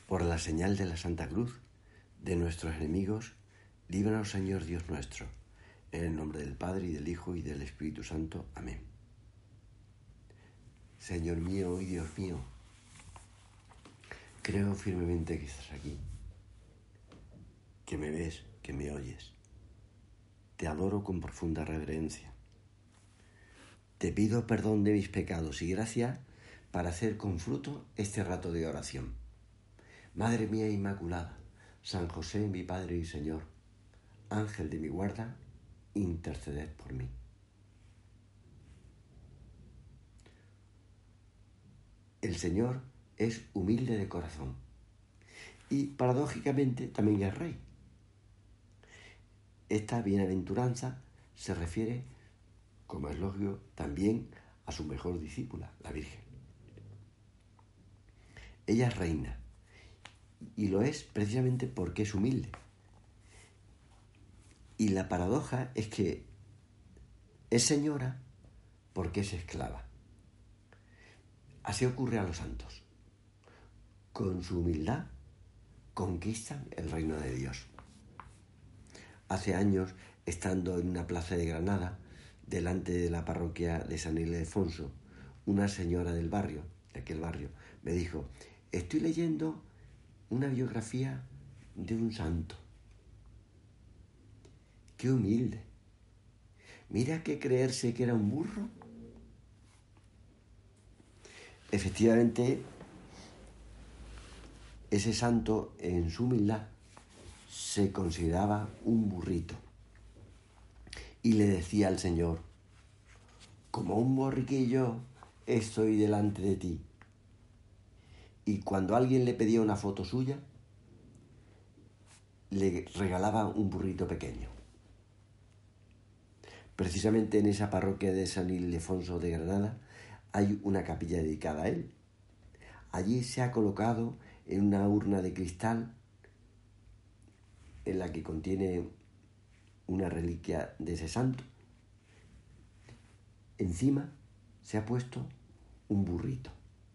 Por la señal de la Santa Cruz de nuestros enemigos, líbranos, Señor Dios nuestro, en el nombre del Padre, y del Hijo, y del Espíritu Santo. Amén. Señor mío y Dios mío, creo firmemente que estás aquí, que me ves, que me oyes. Te adoro con profunda reverencia. Te pido perdón de mis pecados y gracia para hacer con fruto este rato de oración. Madre mía Inmaculada, San José, mi Padre y Señor, Ángel de mi guarda, interceded por mí. El Señor es humilde de corazón y, paradójicamente, también es Rey. Esta bienaventuranza se refiere, como es lógico, también a su mejor discípula, la Virgen. Ella es reina, y lo es precisamente porque es humilde. Y la paradoja es que es señora porque es esclava. Así ocurre a los santos. Con su humildad conquistan el reino de Dios. Hace años, estando en una plaza de Granada, delante de la parroquia de San Ildefonso, una señora del barrio, de aquel barrio, me dijo: estoy leyendo una biografía de un santo. ¡Qué humilde! Mira que creerse que era un burro. Efectivamente, ese santo, en su humildad, se consideraba un burrito. Y le decía al Señor: como un borriquillo estoy delante de ti. Y cuando alguien le pedía una foto suya, le regalaba un burrito pequeño. Precisamente en esa parroquia de San Ildefonso de Granada hay una capilla dedicada a él. Allí se ha colocado en una urna de cristal en la que contiene una reliquia de ese santo. Encima se ha puesto un burrito.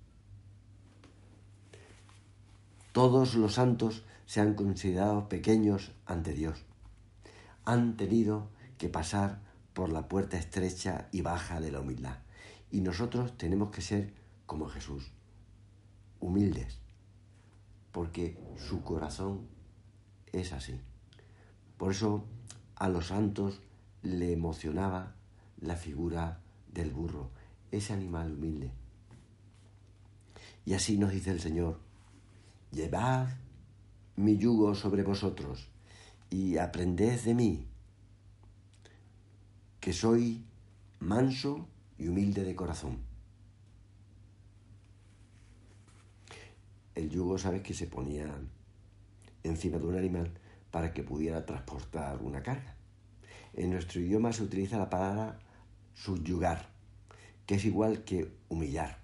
Todos los santos se han considerado pequeños ante Dios. Han tenido que pasar por la puerta estrecha y baja de la humildad. Y nosotros tenemos que ser como Jesús, humildes, porque su corazón es así. Por eso a los santos le emocionaba la figura del burro, ese animal humilde. Y así nos dice el Señor: llevad mi yugo sobre vosotros y aprended de mí, que soy manso y humilde de corazón. El yugo, sabes, que se ponía encima de un animal para que pudiera transportar una carga. En nuestro idioma se utiliza la palabra subyugar, que es igual que humillar.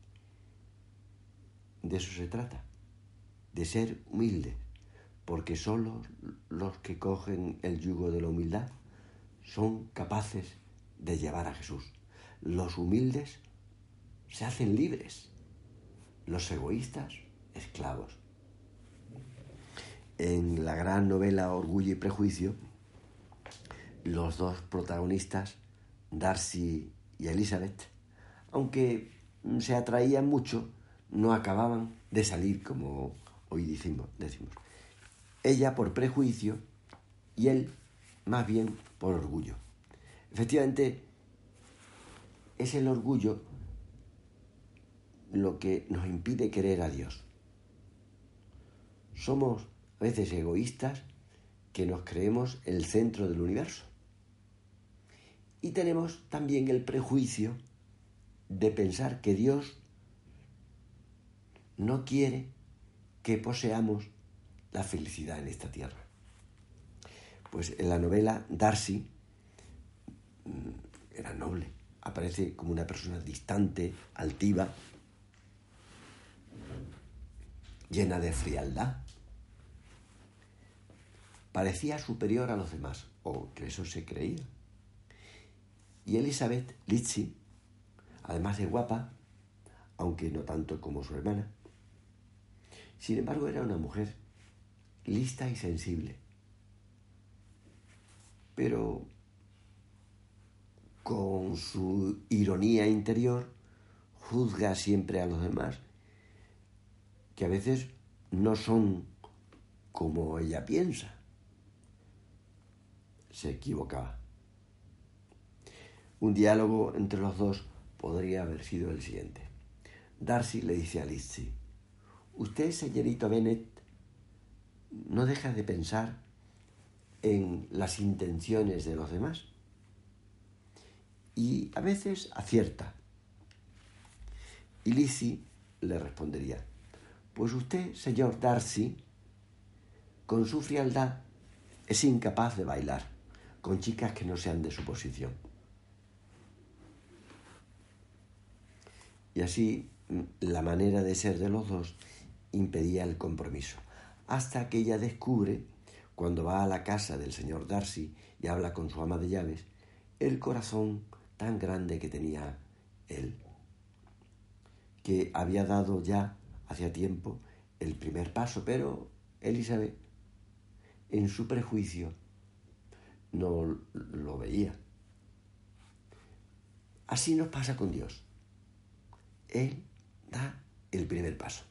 De eso se trata, de ser humilde, porque solo los que cogen el yugo de la humildad son capaces de llevar a Jesús. Los humildes se hacen libres, los egoístas esclavos. En la gran novela Orgullo y Prejuicio, los dos protagonistas, Darcy y Elizabeth, aunque se atraían mucho, no acababan de salir, como hoy decimos. Ella por prejuicio y él más bien por orgullo. Efectivamente, es el orgullo lo que nos impide querer a Dios. Somos a veces egoístas, que nos creemos el centro del universo. Y tenemos también el prejuicio de pensar que Dios no quiere que poseamos la felicidad en esta tierra. Pues en la novela, Darcy era noble, aparece como una persona distante, altiva, llena de frialdad. Parecía superior a los demás, o que eso se creía. Y Elizabeth, Lizzie, además de guapa, aunque no tanto como su hermana, Sin embargo, era una mujer lista y sensible, pero con su ironía interior juzga siempre a los demás, que a veces no son como ella piensa. Se equivocaba. Un diálogo entre los dos podría haber sido el siguiente. Darcy le dice a Lizzie: usted, señorito Bennet, no deja de pensar en las intenciones de los demás y a veces acierta. Y Lizzie le respondería: pues usted, señor Darcy, con su frialdad es incapaz de bailar con chicas que no sean de su posición. Y así la manera de ser de los dos impedía el compromiso, hasta que ella descubre, cuando va a la casa del señor Darcy y habla con su ama de llaves, el corazón tan grande que tenía él, que había dado ya hacía tiempo el primer paso, pero Elizabeth, en su prejuicio, no lo veía. Así nos pasa con Dios. Él da el primer paso.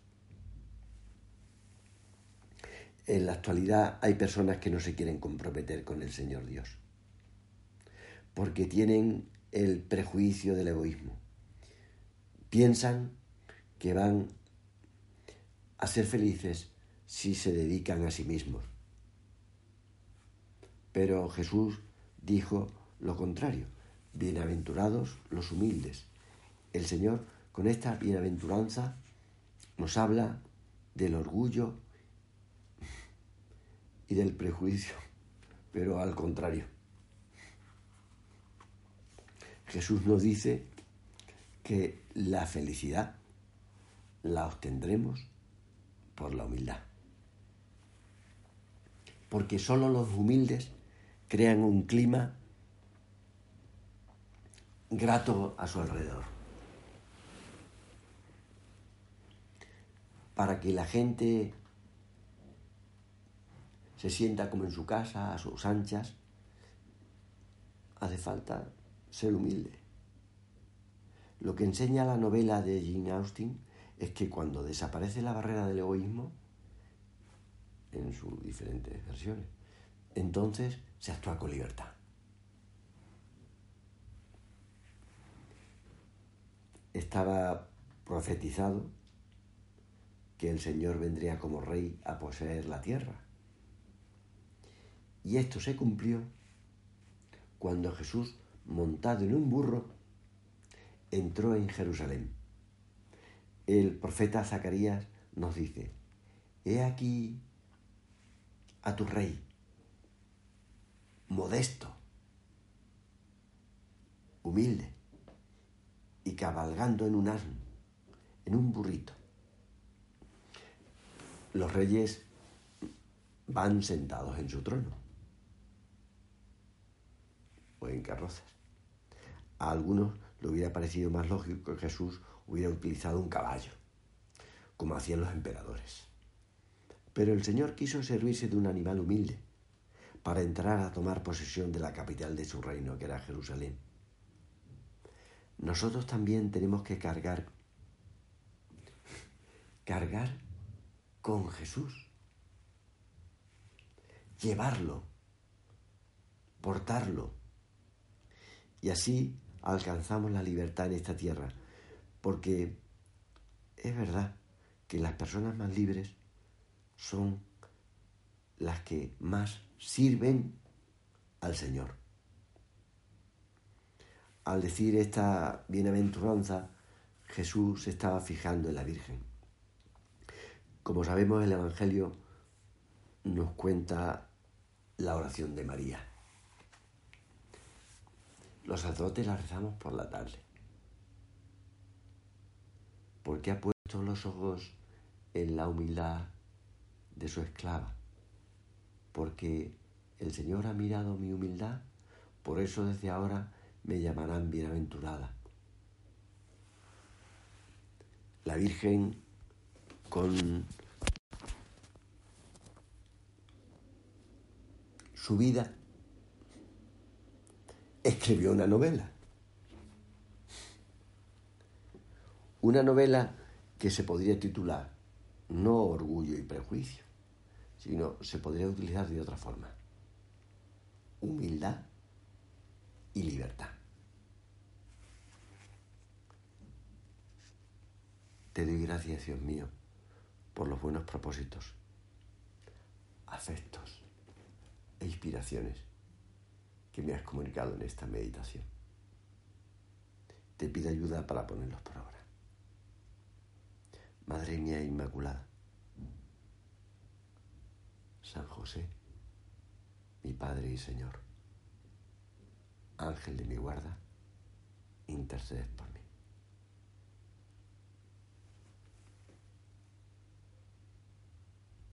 En la actualidad hay personas que no se quieren comprometer con el Señor Dios, porque tienen el prejuicio del egoísmo. Piensan que van a ser felices si se dedican a sí mismos. Pero Jesús dijo lo contrario: bienaventurados los humildes. El Señor, con esta bienaventuranza, nos habla del orgullo y del prejuicio, pero al contrario. Jesús nos dice que la felicidad la obtendremos por la humildad. Porque solo los humildes crean un clima grato a su alrededor, para que la gente se sienta como en su casa, a sus anchas. Hace falta ser humilde. Lo que enseña la novela de Jane Austen es que cuando desaparece la barrera del egoísmo, en sus diferentes versiones, entonces se actúa con libertad. Estaba profetizado que el Señor vendría como rey a poseer la tierra. Y esto se cumplió cuando Jesús, montado en un burro, entró en Jerusalén. El profeta Zacarías nos dice: he aquí a tu rey, modesto, humilde, y cabalgando en un asno, en un burrito. Los reyes van sentados en su trono o en carrozas. A algunos le hubiera parecido más lógico que Jesús hubiera utilizado un caballo, como hacían los emperadores. Pero el Señor quiso servirse de un animal humilde para entrar a tomar posesión de la capital de su reino, que era Jerusalén. Nosotros también tenemos que cargar con Jesús, llevarlo, portarlo, y así alcanzamos la libertad en esta tierra, porque es verdad que las personas más libres son las que más sirven al Señor. Al decir esta bienaventuranza, Jesús se estaba fijando en la Virgen. Como sabemos, el Evangelio nos cuenta la oración de María. Los sacerdotes la rezamos por la tarde, porque ha puesto los ojos en la humildad de su esclava, porque el Señor ha mirado mi humildad, por eso desde ahora me llamarán bienaventurada. La Virgen, con su vida, escribió una novela. Una novela que se podría titular no Orgullo y Prejuicio, sino se podría utilizar de otra forma: Humildad y Libertad. Te doy gracias, Dios mío, por los buenos propósitos, afectos e inspiraciones que me has comunicado en esta meditación. Te pido ayuda para ponerlos por obra. Madre mía Inmaculada, San José, mi Padre y Señor, Ángel de mi guarda, interceded por mí.